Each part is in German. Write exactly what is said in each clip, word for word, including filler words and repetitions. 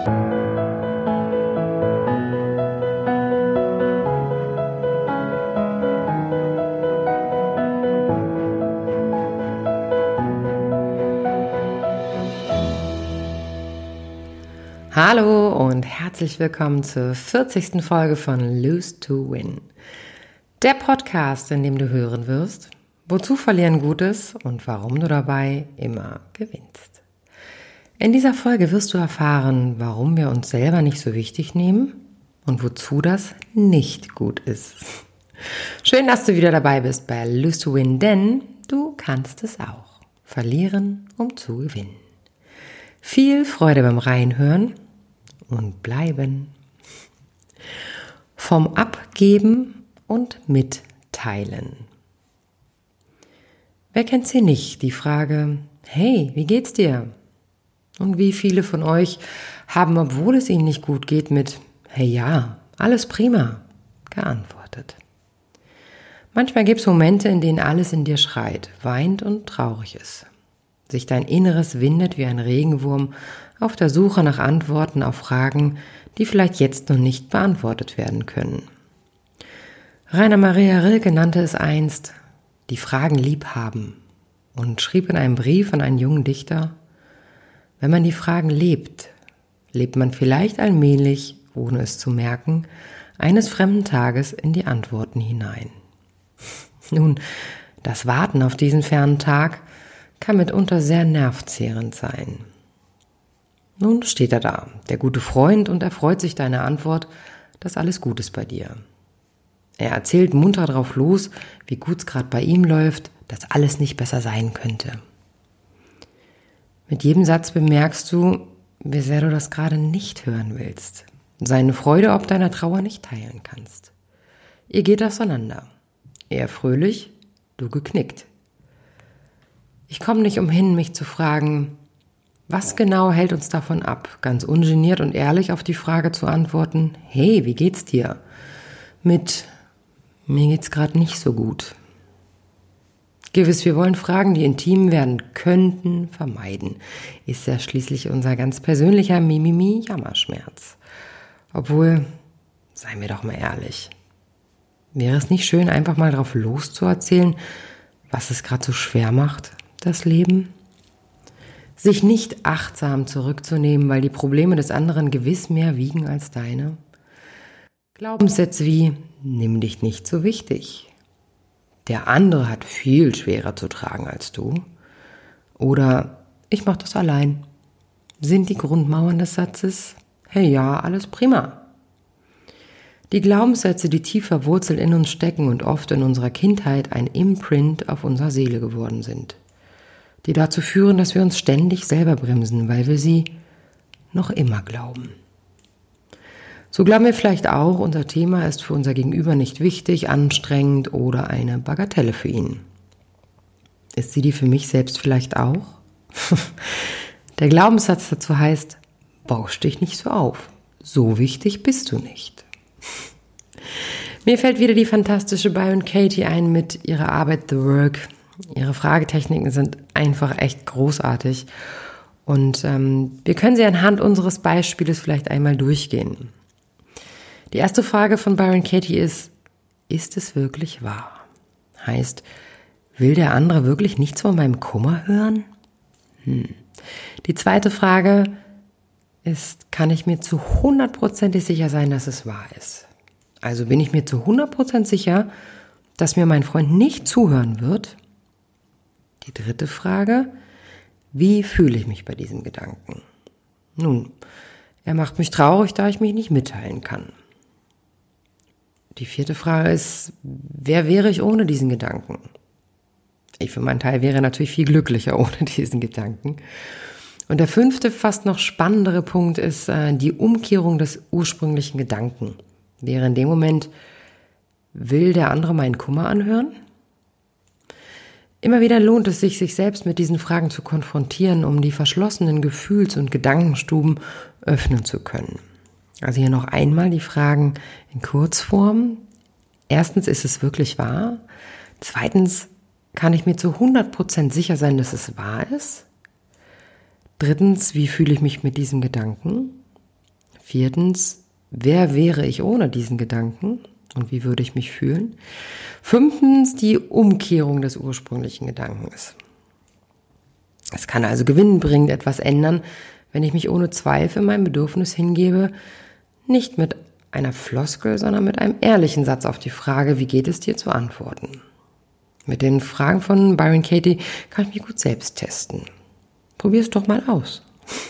Hallo und herzlich willkommen zur vierzigsten Folge von Lose to Win. Der Podcast, in dem du hören wirst, wozu Verlieren gut ist und warum du dabei immer gewinnst. In dieser Folge wirst du erfahren, warum wir uns selber nicht so wichtig nehmen und wozu das nicht gut ist. Schön, dass du wieder dabei bist bei Lose to Win, denn du kannst es auch. Verlieren, um zu gewinnen. Viel Freude beim Reinhören und Bleiben. Vom Abgeben und Mitteilen. Wer kennt sie nicht? Die Frage, hey, wie geht's dir? Und wie viele von euch haben, obwohl es ihnen nicht gut geht, mit, hey ja, alles prima, geantwortet. Manchmal gibt es Momente, in denen alles in dir schreit, weint und traurig ist. Sich dein Inneres windet wie ein Regenwurm auf der Suche nach Antworten auf Fragen, die vielleicht jetzt noch nicht beantwortet werden können. Rainer Maria Rilke nannte es einst die Fragen lieb haben und schrieb in einem Brief an einen jungen Dichter, wenn man die Fragen lebt, lebt man vielleicht allmählich, ohne es zu merken, eines fremden Tages in die Antworten hinein. Nun, das Warten auf diesen fernen Tag kann mitunter sehr nervzehrend sein. Nun steht er da, der gute Freund, und er freut sich deiner Antwort, dass alles gut ist bei dir. Er erzählt munter drauf los, wie gut es gerade bei ihm läuft, dass alles nicht besser sein könnte. Mit jedem Satz bemerkst du, wie sehr du das gerade nicht hören willst, seine Freude ob deiner Trauer nicht teilen kannst. Ihr geht auseinander. Er fröhlich, du geknickt. Ich komme nicht umhin, mich zu fragen, was genau hält uns davon ab, ganz ungeniert und ehrlich auf die Frage zu antworten, hey, wie geht's dir? Mit, mir geht's gerade nicht so gut. Gewiss, wir wollen Fragen, die intim werden könnten, vermeiden. Ist ja schließlich unser ganz persönlicher Mimimi-Jammerschmerz. Obwohl, seien wir doch mal ehrlich, wäre es nicht schön, einfach mal drauf loszuerzählen, was es gerade so schwer macht? Das Leben? Sich nicht achtsam zurückzunehmen, weil die Probleme des anderen gewiss mehr wiegen als deine. Glaubenssätze wie, nimm dich nicht so wichtig. Der andere hat viel schwerer zu tragen als du. Oder, ich mach das allein. Sind die Grundmauern des Satzes, hey ja, alles prima. Die Glaubenssätze, die tief verwurzelt in uns stecken und oft in unserer Kindheit ein Imprint auf unserer Seele geworden sind, die dazu führen, dass wir uns ständig selber bremsen, weil wir sie noch immer glauben. So glauben wir vielleicht auch, unser Thema ist für unser Gegenüber nicht wichtig, anstrengend oder eine Bagatelle für ihn. Ist sie die für mich selbst vielleicht auch? Der Glaubenssatz dazu heißt, bausch dich nicht so auf, so wichtig bist du nicht. Mir fällt wieder die fantastische Byron Katie ein mit ihrer Arbeit The Work. Ihre Fragetechniken sind einfach echt großartig und ähm, wir können sie anhand unseres Beispiels vielleicht einmal durchgehen. Die erste Frage von Byron Katie ist, ist es wirklich wahr? Heißt, will der andere wirklich nichts von meinem Kummer hören? Hm. Die zweite Frage ist, kann ich mir zu hundert Prozent sicher sein, dass es wahr ist? Also bin ich mir zu hundert Prozent sicher, dass mir mein Freund nicht zuhören wird? Die dritte Frage, wie fühle ich mich bei diesem Gedanken? Nun, er macht mich traurig, da ich mich nicht mitteilen kann. Die vierte Frage ist, wer wäre ich ohne diesen Gedanken? Ich für meinen Teil wäre natürlich viel glücklicher ohne diesen Gedanken. Und der fünfte, fast noch spannendere Punkt ist äh, die Umkehrung des ursprünglichen Gedanken. Wäre in dem Moment, will der andere meinen Kummer anhören? Immer wieder lohnt es sich, sich selbst mit diesen Fragen zu konfrontieren, um die verschlossenen Gefühls- und Gedankenstuben öffnen zu können. Also hier noch einmal die Fragen in Kurzform. Erstens, ist es wirklich wahr? Zweitens, kann ich mir zu hundert Prozent sicher sein, dass es wahr ist? Drittens, wie fühle ich mich mit diesem Gedanken? Viertens, wer wäre ich ohne diesen Gedanken und wie würde ich mich fühlen? Fünftens, die Umkehrung des ursprünglichen Gedankens. Es kann also gewinnbringend etwas ändern, wenn ich mich ohne Zweifel meinem Bedürfnis hingebe, nicht mit einer Floskel, sondern mit einem ehrlichen Satz auf die Frage, wie geht es dir, zu antworten. Mit den Fragen von Byron Katie kann ich mich gut selbst testen. Probier es doch mal aus.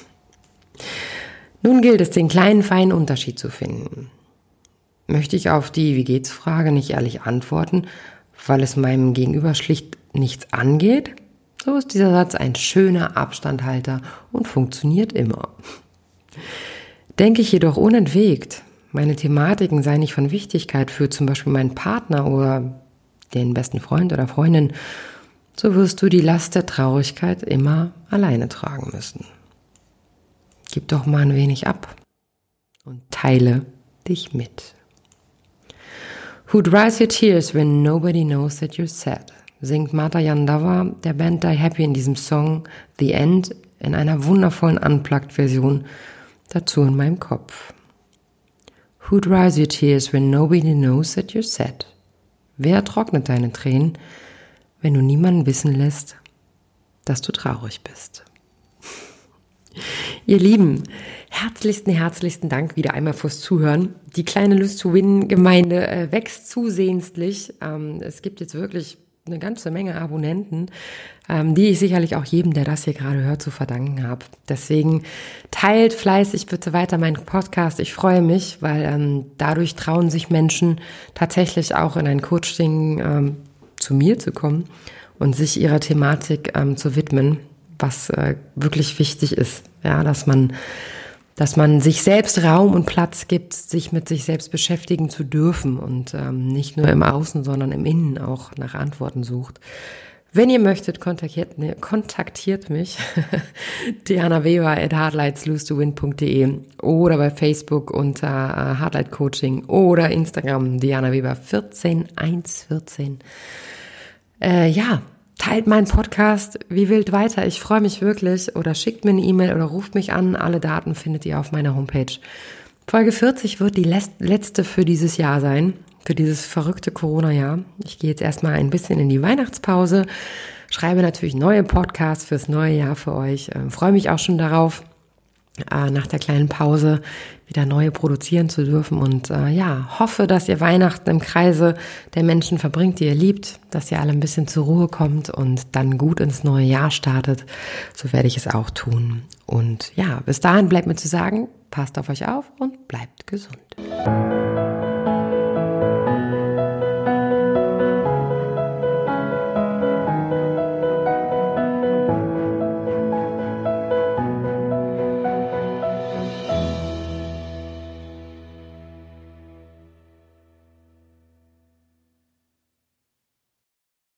Nun gilt es, den kleinen, feinen Unterschied zu finden. Möchte ich auf die Wie geht's Frage nicht ehrlich antworten, weil es meinem Gegenüber schlicht nichts angeht? So ist dieser Satz ein schöner Abstandhalter und funktioniert immer. Denke ich jedoch unentwegt, meine Thematiken seien nicht von Wichtigkeit für zum Beispiel meinen Partner oder den besten Freund oder Freundin, so wirst du die Last der Traurigkeit immer alleine tragen müssen. Gib doch mal ein wenig ab und teile dich mit. Who dries your tears when nobody knows that you're sad? Singt Marta Yandava der Band Die Happy in diesem Song The End in einer wundervollen Unplugged-Version dazu in meinem Kopf. Who dries your tears when nobody knows that you're sad? Wer trocknet deine Tränen, wenn du niemanden wissen lässt, dass du traurig bist? Ihr Lieben, herzlichsten, herzlichsten Dank wieder einmal fürs Zuhören. Die kleine Lust-to-Win-Gemeinde äh, wächst zusehenslich. Ähm, es gibt jetzt wirklich eine ganze Menge Abonnenten, ähm, die ich sicherlich auch jedem, der das hier gerade hört, zu verdanken habe. Deswegen teilt fleißig bitte weiter meinen Podcast. Ich freue mich, weil ähm, dadurch trauen sich Menschen tatsächlich auch in ein Coaching ähm, zu mir zu kommen und sich ihrer Thematik ähm, zu widmen, was äh, wirklich wichtig ist, ja, dass man dass man sich selbst Raum und Platz gibt, sich mit sich selbst beschäftigen zu dürfen und ähm, nicht nur im Außen, sondern im Innen auch nach Antworten sucht. Wenn ihr möchtet, kontaktiert, ne, kontaktiert mich, Diana Weber at hardlights lose to win punkt de oder bei Facebook unter äh, Hardlight Coaching oder Instagram Diana Weber vierzehn eins vierzehn. Äh, ja, teilt meinen Podcast wie wild weiter. Ich freue mich wirklich. Oder schickt mir eine E-Mail oder ruft mich an. Alle Daten findet ihr auf meiner Homepage. Folge vierzig wird die letzte für dieses Jahr sein, für dieses verrückte Corona-Jahr. Ich gehe jetzt erstmal ein bisschen in die Weihnachtspause, schreibe natürlich neue Podcasts fürs neue Jahr für euch. Ich freue mich auch schon darauf, nach der kleinen Pause wieder neue produzieren zu dürfen und äh, ja, hoffe, dass ihr Weihnachten im Kreise der Menschen verbringt, die ihr liebt, dass ihr alle ein bisschen zur Ruhe kommt und dann gut ins neue Jahr startet. So werde ich es auch tun. Und ja, bis dahin bleibt mir zu sagen, passt auf euch auf und bleibt gesund.